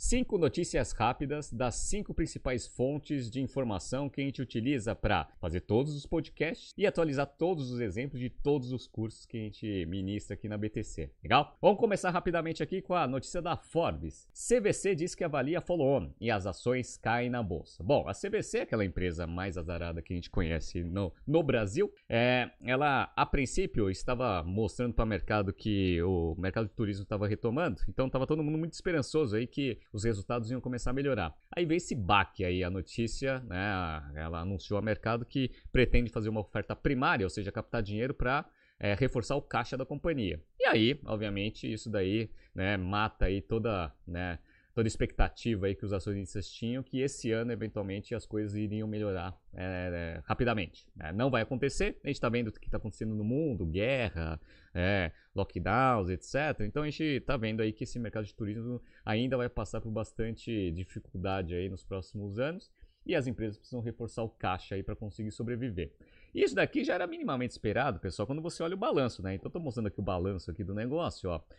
5 notícias rápidas das 5 principais fontes de informação que a gente utiliza para fazer todos os podcasts e atualizar todos os exemplos de todos os cursos que a gente ministra aqui na BTC. Legal? Vamos começar rapidamente aqui com a notícia da Forbes. CVC diz que avalia follow-on e as ações caem na bolsa. Bom, a CVC é aquela empresa mais azarada que a gente conhece no Brasil. Ela, a princípio, estava mostrando para o mercado que o mercado de turismo estava retomando, então estava todo mundo muito esperançoso aí que os resultados iam começar a melhorar. Aí veio esse baque aí, a notícia, né, ela anunciou ao mercado que pretende fazer uma oferta primária, ou seja, captar dinheiro para reforçar o caixa da companhia. E aí, obviamente, isso daí, né, mata aí toda expectativa aí que os acionistas tinham que esse ano, eventualmente, as coisas iriam melhorar rapidamente. Não vai acontecer, a gente está vendo o que está acontecendo no mundo, guerra, lockdowns, etc. Então a gente está vendo aí que esse mercado de turismo ainda vai passar por bastante dificuldade aí nos próximos anos e as empresas precisam reforçar o caixa aí para conseguir sobreviver. Isso daqui já era minimamente esperado, pessoal, quando você olha o balanço, né? Então, estou mostrando aqui o balanço aqui do negócio, ó.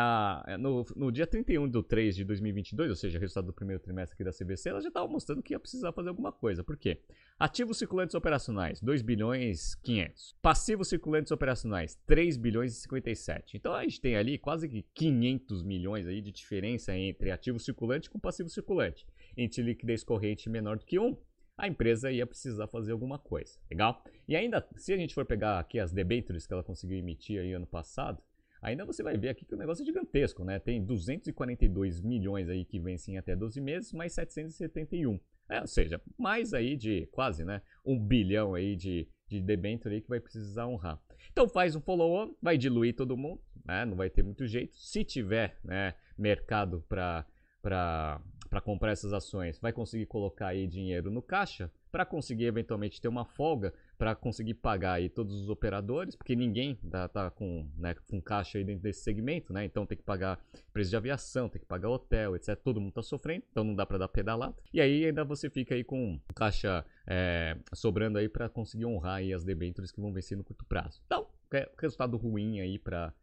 No dia 31/3/2022, ou seja, resultado do primeiro trimestre aqui da CVC, ela já estava mostrando que ia precisar fazer alguma coisa. Por quê? Ativos circulantes operacionais, 2 bilhões 500. Passivos circulantes operacionais, 3 bilhões e 57. Então, a gente tem ali quase que 500 milhões aí de diferença entre ativo circulante com passivo circulante. Entre liquidez corrente menor do que 1, a empresa ia precisar fazer alguma coisa, legal? E ainda, se a gente for pegar aqui as debêntures que ela conseguiu emitir aí ano passado, ainda você vai ver aqui que o negócio é gigantesco, né? Tem 242 milhões aí que vencem até 12 meses, mais 771. Ou seja, mais aí de quase, né? 1 bilhão aí de debênture aí que vai precisar honrar. Então faz um follow-on, vai diluir todo mundo, né? Não vai ter muito jeito. Se tiver, né, mercado para comprar essas ações, vai conseguir colocar aí dinheiro no caixa para conseguir eventualmente ter uma folga para conseguir pagar aí todos os operadores, porque ninguém tá com caixa aí dentro desse segmento, né? Então tem que pagar preço de aviação, tem que pagar hotel, etc. Todo mundo tá sofrendo, então não dá para dar pedalada. E aí ainda você fica aí com caixa sobrando aí para conseguir honrar aí as debêntures que vão vencer no curto prazo. Então, resultado ruim aí para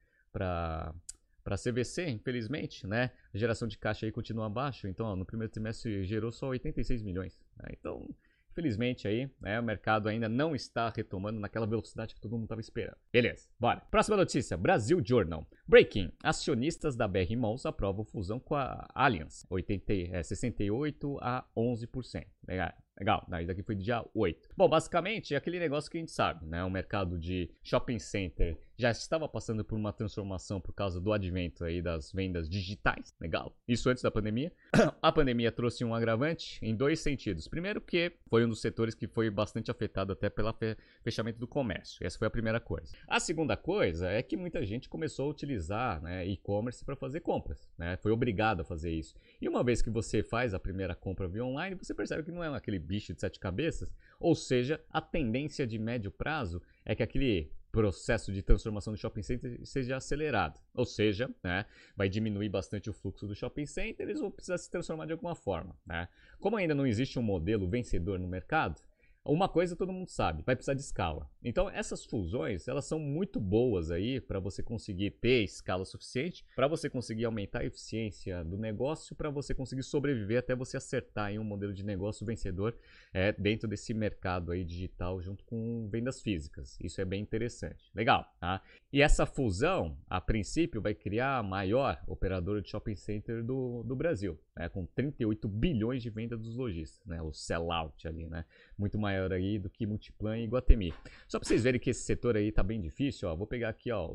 a CVC, infelizmente, né? A geração de caixa aí continua abaixo, então ó, no primeiro trimestre gerou só 86 milhões. Né? Então, infelizmente aí, né, o mercado ainda não está retomando naquela velocidade que todo mundo estava esperando. Beleza, bora. Próxima notícia, Brasil Journal. Breaking, acionistas da BR Malls aprovam fusão com a Allianz, 68% a 11%. Legal, isso daqui foi dia 8. Bom, basicamente é aquele negócio que a gente sabe, né? O mercado de shopping center já estava passando por uma transformação por causa do advento aí das vendas digitais, legal. Isso antes da pandemia. A pandemia trouxe um agravante em 2 sentidos. Primeiro que foi um dos setores que foi bastante afetado até pelo fechamento do comércio. Essa foi a primeira coisa. A segunda coisa é que muita gente começou a utilizar, né, e-commerce para fazer compras, né? Foi obrigado a fazer isso. E uma vez que você faz a primeira compra via online, você percebe que não é aquele bicho de 7 cabeças, ou seja, a tendência de médio prazo é que aquele processo de transformação do shopping center seja acelerado, ou seja, né, vai diminuir bastante o fluxo do shopping center, eles vão precisar se transformar de alguma forma, né? Como ainda não existe um modelo vencedor no mercado, uma coisa todo mundo sabe, vai precisar de escala. Então essas fusões, elas são muito boas aí para você conseguir ter escala suficiente, para você conseguir aumentar a eficiência do negócio, para você conseguir sobreviver até você acertar em um modelo de negócio vencedor dentro desse mercado aí digital junto com vendas físicas. Isso é bem interessante. Legal, tá? E essa fusão, a princípio, vai criar a maior operadora de shopping center do Brasil, né? Com 38 bilhões de venda dos lojistas, né? O sellout ali, né? Muito maior aí do que Multiplan e Iguatemi. Só para vocês verem que esse setor aí tá bem difícil, ó, vou pegar aqui, ó,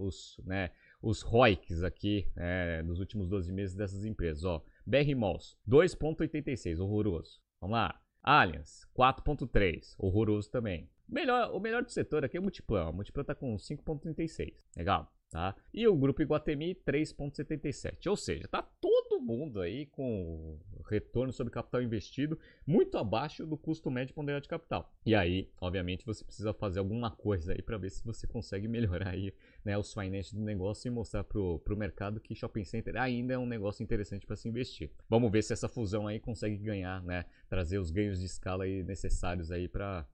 os ROICs aqui dos últimos 12 meses dessas empresas, ó. BR Malls, 2,86, horroroso. Vamos lá. Allianz, 4,3, horroroso também. O melhor do setor aqui é o Multiplan. O Multiplan tá com 5,36, legal. Tá? E o grupo Iguatemi 3,77, ou seja, tá todo mundo aí com retorno sobre capital investido muito abaixo do custo médio ponderado de capital. E aí, obviamente, você precisa fazer alguma coisa aí para ver se você consegue melhorar aí, né, os financials do negócio e mostrar pro mercado que shopping center ainda é um negócio interessante para se investir. Vamos ver se essa fusão aí consegue ganhar, né, trazer os ganhos de escala aí necessários aí para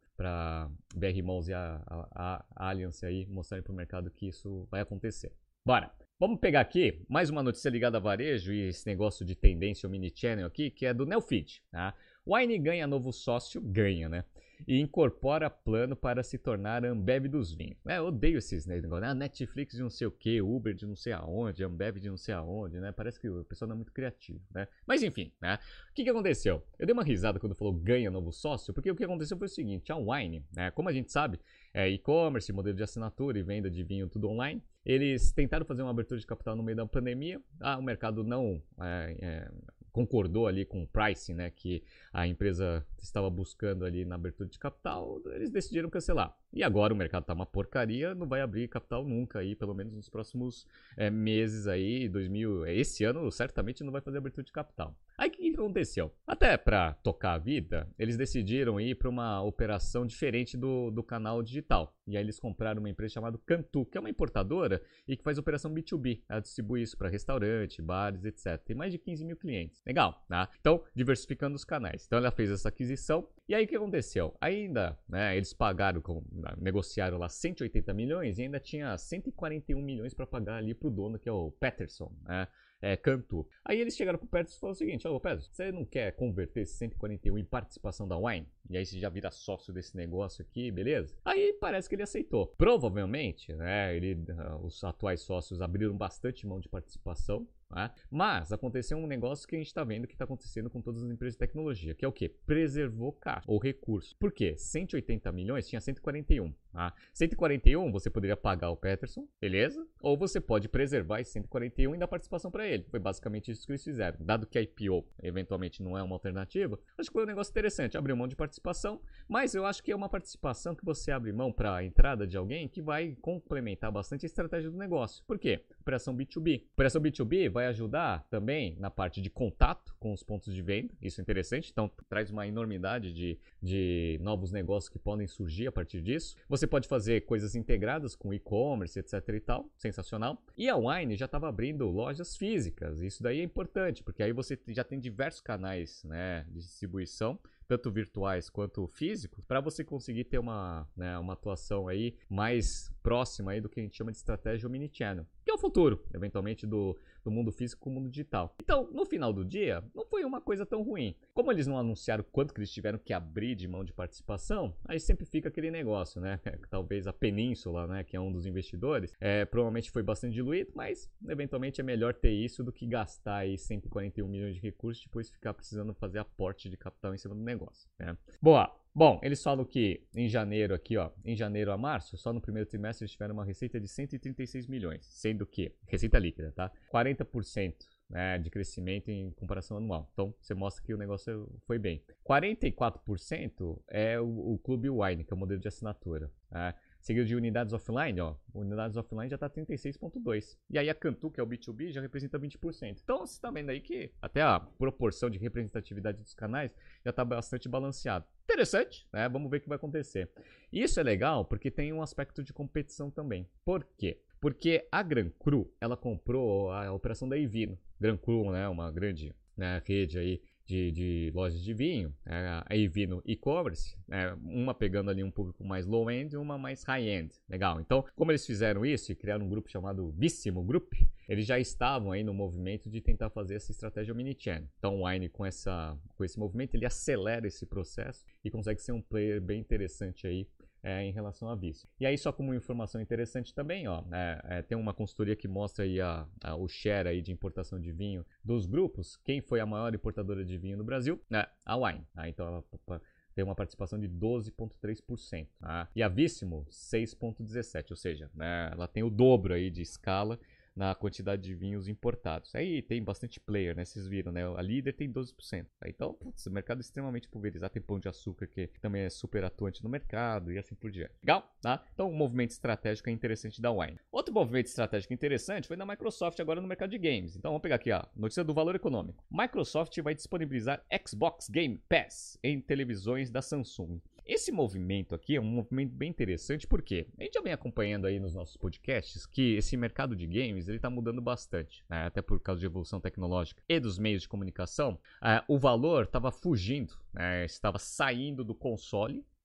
BR Malls e a Allianz aí mostrarem para o mercado que isso vai acontecer. Bora! Vamos pegar aqui mais uma notícia ligada a varejo e esse negócio de tendência omnichannel aqui, que é do Neofeed, tá? Wine ganha novo sócio, né? E incorpora plano para se tornar Ambev dos vinhos. Eu odeio esses negócios, né? Netflix de não sei o que, Uber de não sei aonde, Ambev de não sei aonde, né? Parece que o pessoal não é muito criativo, né? Mas enfim, né? O que aconteceu? Eu dei uma risada quando falou ganha novo sócio, porque o que aconteceu foi o seguinte, a Wine, né? Como a gente sabe, é e-commerce, modelo de assinatura e venda de vinho tudo online. Eles tentaram fazer uma abertura de capital no meio da pandemia, o mercado não concordou ali com o pricing, né, que a empresa estava buscando ali na abertura de capital, eles decidiram cancelar. E agora o mercado tá uma porcaria, não vai abrir capital nunca aí, pelo menos nos próximos meses aí, esse ano certamente não vai fazer abertura de capital. Aí o que aconteceu? Até para tocar a vida, eles decidiram ir para uma operação diferente do canal digital. E aí eles compraram uma empresa chamada Cantu, que é uma importadora e que faz operação B2B. Ela distribui isso para restaurante, bares, etc. Tem mais de 15 mil clientes. Legal, tá? Então, diversificando os canais. Então ela fez essa aquisição. E aí o que aconteceu? Ainda, né, eles pagaram, negociaram lá 180 milhões e ainda tinha 141 milhões para pagar ali para o dono, que é o Peterson, né? Cantu. Aí eles chegaram pro Peterson e falaram o seguinte: Peterson, você não quer converter esse 141 em participação da Wine? E aí você já vira sócio desse negócio aqui, beleza? Aí parece que ele aceitou. Provavelmente, né, os atuais sócios abriram bastante mão de participação, né? Mas aconteceu um negócio que a gente está vendo que está acontecendo com todas as empresas de tecnologia, que é o quê? Preservou caixa ou recurso. Por quê? 180 milhões tinha 141. 141 você poderia pagar o Peterson, beleza? Ou você pode preservar esse 141 e dar participação para ele. Foi basicamente isso que eles fizeram. Dado que a IPO eventualmente não é uma alternativa, acho que foi um negócio interessante. Abriu mão de participação, mas eu acho que é uma participação que você abre mão para a entrada de alguém que vai complementar bastante a estratégia do negócio. Por quê? Operação B2B. Operação B2B vai ajudar também na parte de contato com os pontos de venda. Isso é interessante. Então traz uma enormidade de novos negócios que podem surgir a partir disso. Você pode fazer coisas integradas com e-commerce, etc e tal. Sensacional. E a Wine já estava abrindo lojas físicas. Isso daí é importante, porque aí você já tem diversos canais, né, de distribuição, tanto virtuais quanto físicos, para você conseguir ter uma atuação aí mais próxima aí do que a gente chama de estratégia omnichannel, que é o futuro, eventualmente, do mundo físico com o mundo digital. Então, no final do dia, não foi uma coisa tão ruim. Como eles não anunciaram quanto que eles tiveram que abrir de mão de participação, aí sempre fica aquele negócio, né? Talvez a Península, né, que é um dos investidores, provavelmente foi bastante diluído, mas eventualmente é melhor ter isso do que gastar aí 141 milhões de recursos e depois ficar precisando fazer aporte de capital em cima do negócio, né? Boa! Bom, eles falam que em janeiro aqui, em janeiro a março, só no primeiro trimestre eles tiveram uma receita de 136 milhões, sendo que, receita líquida, tá? 40%, né, de crescimento em comparação anual. Então, você mostra que o negócio foi bem. 44% é o Clube Wine, que é o modelo de assinatura, né? Seguido de unidades offline, unidades offline já está 36,2%. E aí a Cantu, que é o B2B, já representa 20%. Então você está vendo aí que até a proporção de representatividade dos canais já está bastante balanceado. Interessante, né? Vamos ver o que vai acontecer. Isso é legal porque tem um aspecto de competição também. Por quê? Porque a Gran Cru, ela comprou a operação da Ivino. Gran Cru, né, uma grande, né, rede aí de lojas de vinho, a Ivino e-commerce, uma pegando ali um público mais low-end e uma mais high-end. Legal. Então, como eles fizeram isso e criaram um grupo chamado Vissimo Group, eles já estavam aí no movimento de tentar fazer essa estratégia omnichannel. Então, o Wine, com esse movimento, ele acelera esse processo e consegue ser um player bem interessante aí em relação a vício. E aí, só como informação interessante também, tem uma consultoria que mostra aí o share aí de importação de vinho dos grupos. Quem foi a maior importadora de vinho no Brasil? A Wine. Então, ela tem uma participação de 12,3%. E a Vissimo, 6,17%. Ou seja, ela tem o dobro aí de escala na quantidade de vinhos importados. Aí tem bastante player, né? Vocês viram, né? A líder tem 12%. Então, o mercado é extremamente pulverizado. Tem Pão de Açúcar, que também é super atuante no mercado e assim por diante. Legal? Tá? Então, um movimento estratégico é interessante da Wine. Outro movimento estratégico interessante foi da Microsoft agora no mercado de games. Então, vamos pegar aqui a notícia do valor econômico. Microsoft vai disponibilizar Xbox Game Pass em televisões da Samsung. Esse movimento aqui é um movimento bem interessante porque a gente já vem acompanhando aí nos nossos podcasts que esse mercado de games ele está mudando bastante, né? Até por causa de evolução tecnológica e dos meios de comunicação. O valor estava fugindo, né? Estava saindo do console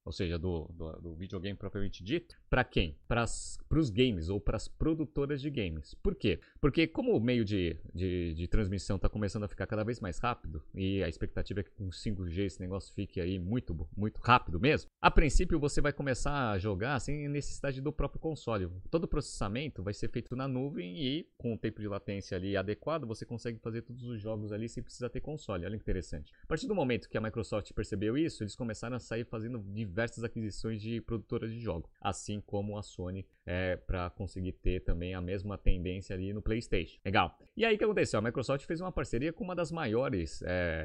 ou seja, do videogame propriamente dito, para quem? Para os games ou para as produtoras de games. Por quê? Porque como o meio de transmissão está começando a ficar cada vez mais rápido, e a expectativa é que com 5G esse negócio fique aí muito, muito rápido mesmo, a princípio você vai começar a jogar sem necessidade do próprio console. Todo o processamento vai ser feito na nuvem e com o tempo de latência ali adequado, você consegue fazer todos os jogos ali sem precisar ter console. Olha que interessante. A partir do momento que a Microsoft percebeu isso, eles começaram a sair fazendo diversas aquisições de produtoras de jogos, assim como a Sony para conseguir ter também a mesma tendência ali no PlayStation. Legal. E aí o que aconteceu? A Microsoft fez uma parceria com uma das maiores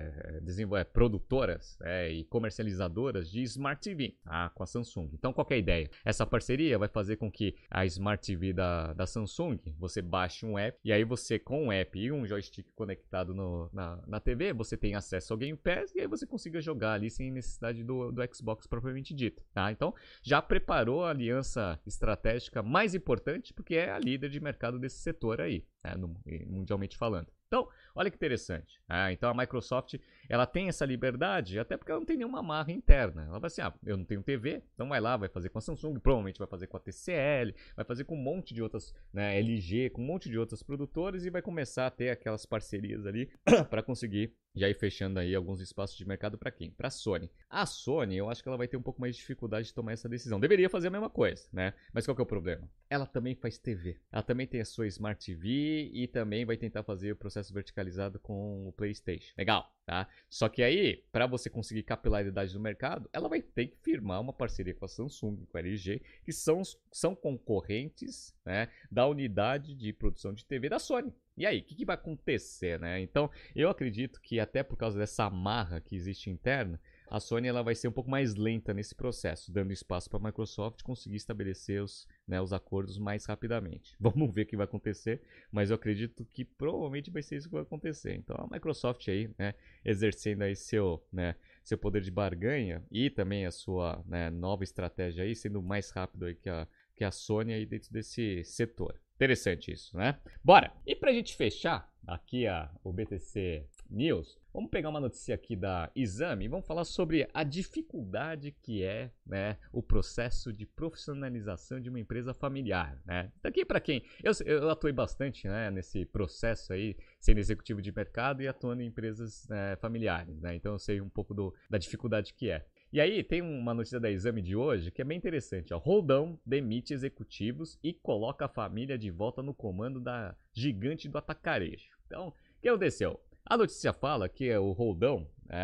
produtoras e comercializadoras de Smart TV, com a Samsung. Então qual que é a ideia? Essa parceria vai fazer com que a Smart TV da Samsung, você baixe um app e aí você com um app e um joystick conectado na TV, você tem acesso ao Game Pass e aí você consiga jogar ali sem necessidade do Xbox propriamente dito. Tá? Então já preparou a aliança estratégica mais importante porque é a líder de mercado desse setor aí, mundialmente falando. Então, olha que interessante. Então a Microsoft ela tem essa liberdade, até porque ela não tem nenhuma marra interna. Ela vai assim, eu não tenho TV, então vai lá, vai fazer com a Samsung, provavelmente vai fazer com a TCL, vai fazer com um monte de outras, LG, com um monte de outras produtoras e vai começar a ter aquelas parcerias ali para conseguir já ir fechando aí alguns espaços de mercado para quem? Para a Sony. A Sony, eu acho que ela vai ter um pouco mais de dificuldade de tomar essa decisão. Deveria fazer a mesma coisa, né? Mas qual que é o problema? Ela também faz TV. Ela também tem a sua Smart TV e também vai tentar fazer o processo verticalizado com o PlayStation. Legal, tá? Só que aí, para você conseguir capilaridade no mercado, ela vai ter que firmar uma parceria com a Samsung, com a LG, que são concorrentes, né, da unidade de produção de TV da Sony. E aí, o que vai acontecer, né? Então, eu acredito que até por causa dessa amarra que existe interna, a Sony ela vai ser um pouco mais lenta nesse processo, dando espaço para a Microsoft conseguir estabelecer os acordos mais rapidamente. Vamos ver o que vai acontecer, mas eu acredito que provavelmente vai ser isso que vai acontecer. Então, a Microsoft aí, exercendo aí seu poder de barganha e também a sua nova estratégia aí, sendo mais rápido aí que a Sony aí dentro desse setor. Interessante isso, né? Bora! E pra gente fechar aqui o BTC News, vamos pegar uma notícia aqui da Exame e vamos falar sobre a dificuldade que é, o processo de profissionalização de uma empresa familiar, né? Daqui para quem? Eu atuei bastante, nesse processo aí, sendo executivo de mercado e atuando em empresas familiares, né? Então eu sei um pouco da dificuldade que é. E aí tem uma notícia da Exame de hoje que é bem interessante. Roldão demite executivos e coloca a família de volta no comando da gigante do atacarejo. Então, o que aconteceu? A notícia fala que o Roldão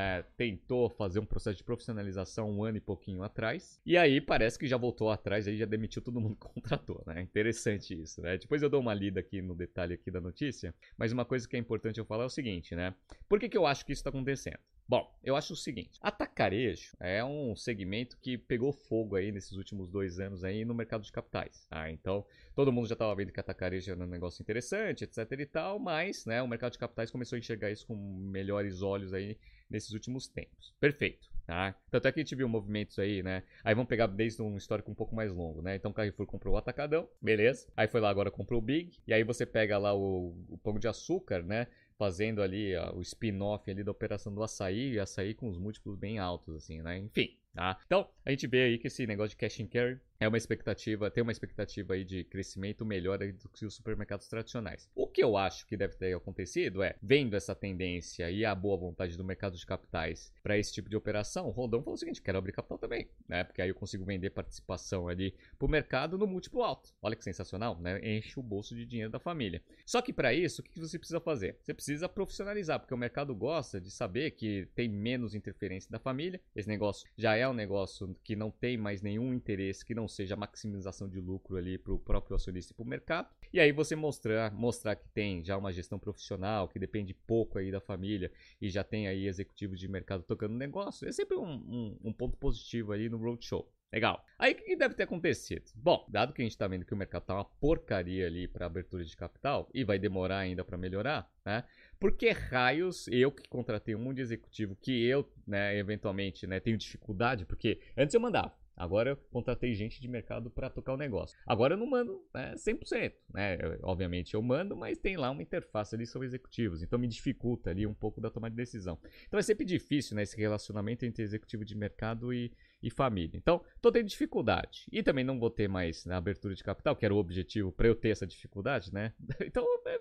tentou fazer um processo de profissionalização um ano e pouquinho atrás. E aí parece que já voltou atrás, aí já demitiu todo mundo que contratou, né? Interessante isso, né? Depois eu dou uma lida aqui no detalhe aqui da notícia. Mas uma coisa que é importante eu falar é o seguinte, né? Por que eu acho que isso está acontecendo? Bom, eu acho o seguinte, atacarejo é um segmento que pegou fogo aí nesses últimos 2 anos aí no mercado de capitais, tá? Então, todo mundo já estava vendo que atacarejo era um negócio interessante, etc e tal, mas, o mercado de capitais começou a enxergar isso com melhores olhos aí nesses últimos tempos. Perfeito, tá? Tanto é que a gente viu movimentos aí, Aí vamos pegar desde um histórico um pouco mais longo, Então o Carrefour comprou o Atacadão, beleza? Aí foi lá agora comprou o Big, e aí você pega lá o Pão de Açúcar, fazendo ali o spin-off ali da operação do açaí, e açaí com os múltiplos bem altos, assim, Enfim, tá? Então, a gente vê aí que esse negócio de cash and carry tem uma expectativa aí de crescimento melhor aí do que os supermercados tradicionais. O que eu acho que deve ter acontecido vendo essa tendência e a boa vontade do mercado de capitais para esse tipo de operação, o Roldão falou o seguinte, quero abrir capital também, Porque aí eu consigo vender participação ali pro mercado no múltiplo alto. Olha que sensacional, Enche o bolso de dinheiro da família. Só que para isso, o que você precisa fazer? Você precisa profissionalizar, porque o mercado gosta de saber que tem menos interferência da família. Esse negócio já é um negócio que não tem mais nenhum interesse, que não seja a maximização de lucro ali para o próprio acionista e para o mercado. E aí você mostrar que tem já uma gestão profissional, que depende pouco aí da família e já tem aí executivos de mercado tocando o negócio, é sempre um ponto positivo ali no roadshow. Legal. Aí o que deve ter acontecido? Bom, dado que a gente está vendo que o mercado tá uma porcaria ali para abertura de capital e vai demorar ainda para melhorar, Por que raios eu que contratei um monte de executivo que eu, eventualmente, tenho dificuldade, porque antes eu mandava. Agora eu contratei gente de mercado para tocar o negócio. Agora eu não mando 100%, obviamente eu mando, mas tem lá uma interface ali, são executivos. Então me dificulta ali um pouco da tomada de decisão. Então é sempre difícil, esse relacionamento entre executivo de mercado e e família. Então, estou tendo dificuldade. E também não vou ter mais na abertura de capital, que era o objetivo para eu ter essa dificuldade, né? Então,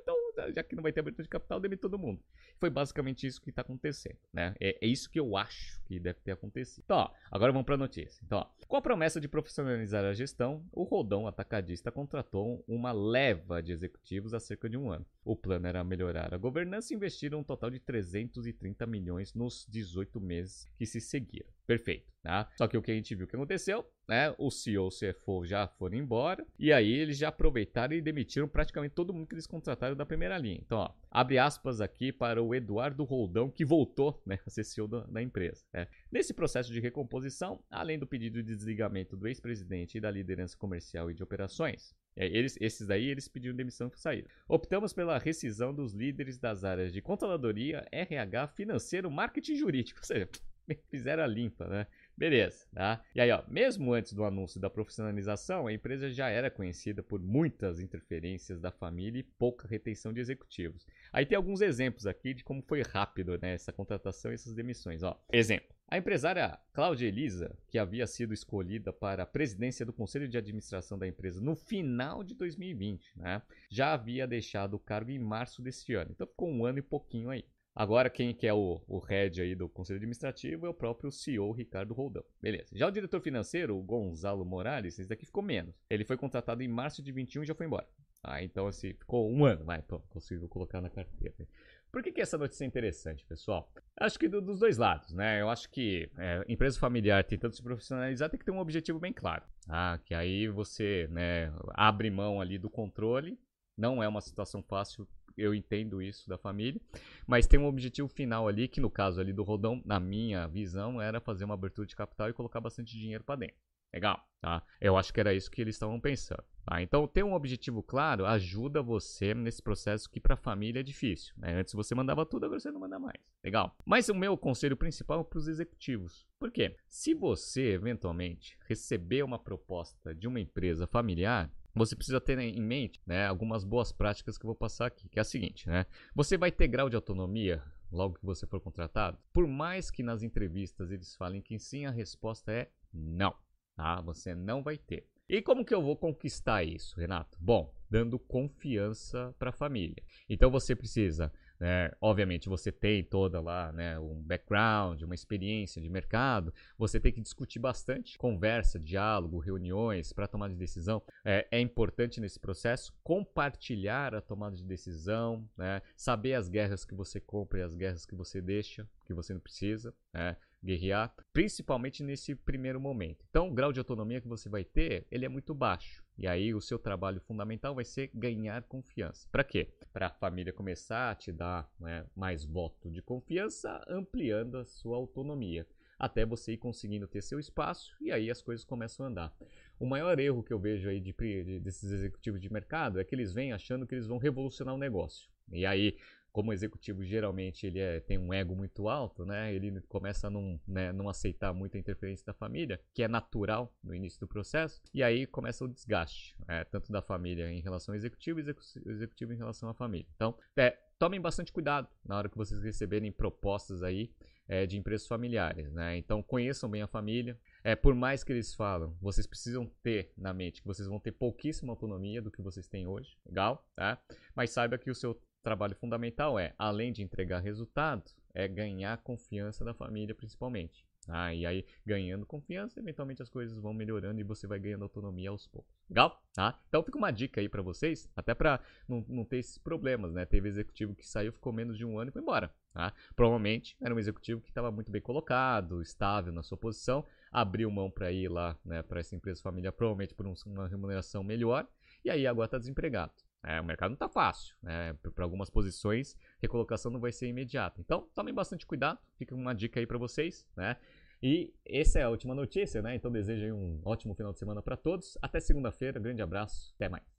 já que não vai ter abertura de capital, demite todo mundo. Foi basicamente isso que está acontecendo, né? É isso que eu acho que deve ter acontecido. Então, ó, agora vamos para a notícia. Então, ó, com a promessa de profissionalizar a gestão, o Roldão Atacadista contratou uma leva de executivos há cerca de um ano. O plano era melhorar a governança e investir um total de 330 milhões nos 18 meses que se seguiram. Perfeito, tá? Só que o que a gente viu que aconteceu, né? O CEO e o CFO já foram embora e aí eles já aproveitaram e demitiram praticamente todo mundo que eles contrataram da primeira linha. Então, ó, abre aspas aqui para o Eduardo Roldão, que voltou, né, a ser CEO da empresa, né? Nesse processo de recomposição, além do pedido de desligamento do ex-presidente e da liderança comercial e de operações, esses daí eles pediram demissão e saíram. Optamos pela rescisão dos líderes das áreas de controladoria, RH, financeiro, marketing e jurídico. Ou seja, fizeram a limpa, né? Beleza, tá? E aí, ó, mesmo antes do anúncio da profissionalização, a empresa já era conhecida por muitas interferências da família e pouca retenção de executivos. Aí tem alguns exemplos aqui de como foi rápido, né, essa contratação e essas demissões, ó. Exemplo. A empresária Cláudia Elisa, que havia sido escolhida para a presidência do conselho de administração da empresa no final de 2020, né, já havia deixado o cargo em março deste ano. Então ficou um ano e pouquinho aí. Agora, quem que é o head aí do Conselho Administrativo é o próprio CEO, Ricardo Roldão. Beleza. Já o diretor financeiro, o Gonzalo Morales, esse daqui ficou menos. Ele foi contratado em março de 21 e já foi embora. Então, assim, ficou um ano. Vai, pô, consigo colocar na carteira. Por que essa notícia é interessante, pessoal? Acho que dos dois lados, né? Eu acho que empresa familiar tentando se profissionalizar tem que ter um objetivo bem claro. Que aí você, né, abre mão ali do controle. Não é uma situação fácil, eu entendo isso da família, mas tem um objetivo final ali, que no caso ali do Roldão, na minha visão, era fazer uma abertura de capital e colocar bastante dinheiro para dentro. Legal, tá? Eu acho que era isso que eles estavam pensando. Tá? Então, ter um objetivo claro ajuda você nesse processo que para a família é difícil. Né? Antes você mandava tudo, agora você não manda mais. Legal. Mas o meu conselho principal é para os executivos. Por quê? Se você, eventualmente, receber uma proposta de uma empresa familiar, você precisa ter em mente, né, algumas boas práticas que eu vou passar aqui, que é a seguinte, né? Você vai ter grau de autonomia logo que você for contratado? Por mais que nas entrevistas eles falem que sim, a resposta é não, tá? Você não vai ter. E como que eu vou conquistar isso, Renato? Bom, dando confiança para a família. Então você precisa, né, obviamente você tem toda lá, né, um background, uma experiência de mercado, você tem que discutir bastante, conversa, diálogo, reuniões para tomar de decisão. É importante nesse processo compartilhar a tomada de decisão, né, saber as guerras que você compra e as guerras que você deixa, que você não precisa, né, guerrear, principalmente nesse primeiro momento. Então, o grau de autonomia que você vai ter, ele é muito baixo. E aí, o seu trabalho fundamental vai ser ganhar confiança. Para quê? Para a família começar a te dar, né, mais voto de confiança, ampliando a sua autonomia, até você ir conseguindo ter seu espaço e aí as coisas começam a andar. O maior erro que eu vejo aí desses executivos de mercado é que eles vêm achando que eles vão revolucionar o negócio. E aí, como o executivo geralmente ele tem um ego muito alto, né? Ele começa a não aceitar muito a interferência da família, que é natural no início do processo, e aí começa o desgaste, tanto da família em relação ao executivo e executivo em relação à família. Então, tomem bastante cuidado na hora que vocês receberem propostas aí de empresas familiares, né? Então, conheçam bem a família. Por mais que eles falam, vocês precisam ter na mente que vocês vão ter pouquíssima autonomia do que vocês têm hoje, legal? Tá? Mas saiba que o seu trabalho fundamental além de entregar resultados, ganhar confiança da família principalmente. E aí, ganhando confiança, eventualmente as coisas vão melhorando e você vai ganhando autonomia aos poucos. Legal? Tá? Então fica uma dica aí pra vocês, até pra não ter esses problemas, né? Teve executivo que saiu, ficou menos de um ano e foi embora. Tá? Provavelmente era um executivo que estava muito bem colocado, estável na sua posição, abriu mão para ir lá, né, para essa empresa familiar, provavelmente por uma remuneração melhor, e aí agora está desempregado. O mercado não está fácil, né? Para algumas posições, recolocação não vai ser imediata. Então, tomem bastante cuidado, fica uma dica aí para vocês, né? E essa é a última notícia, né? Então, desejo aí um ótimo final de semana para todos. Até segunda-feira, grande abraço, até mais.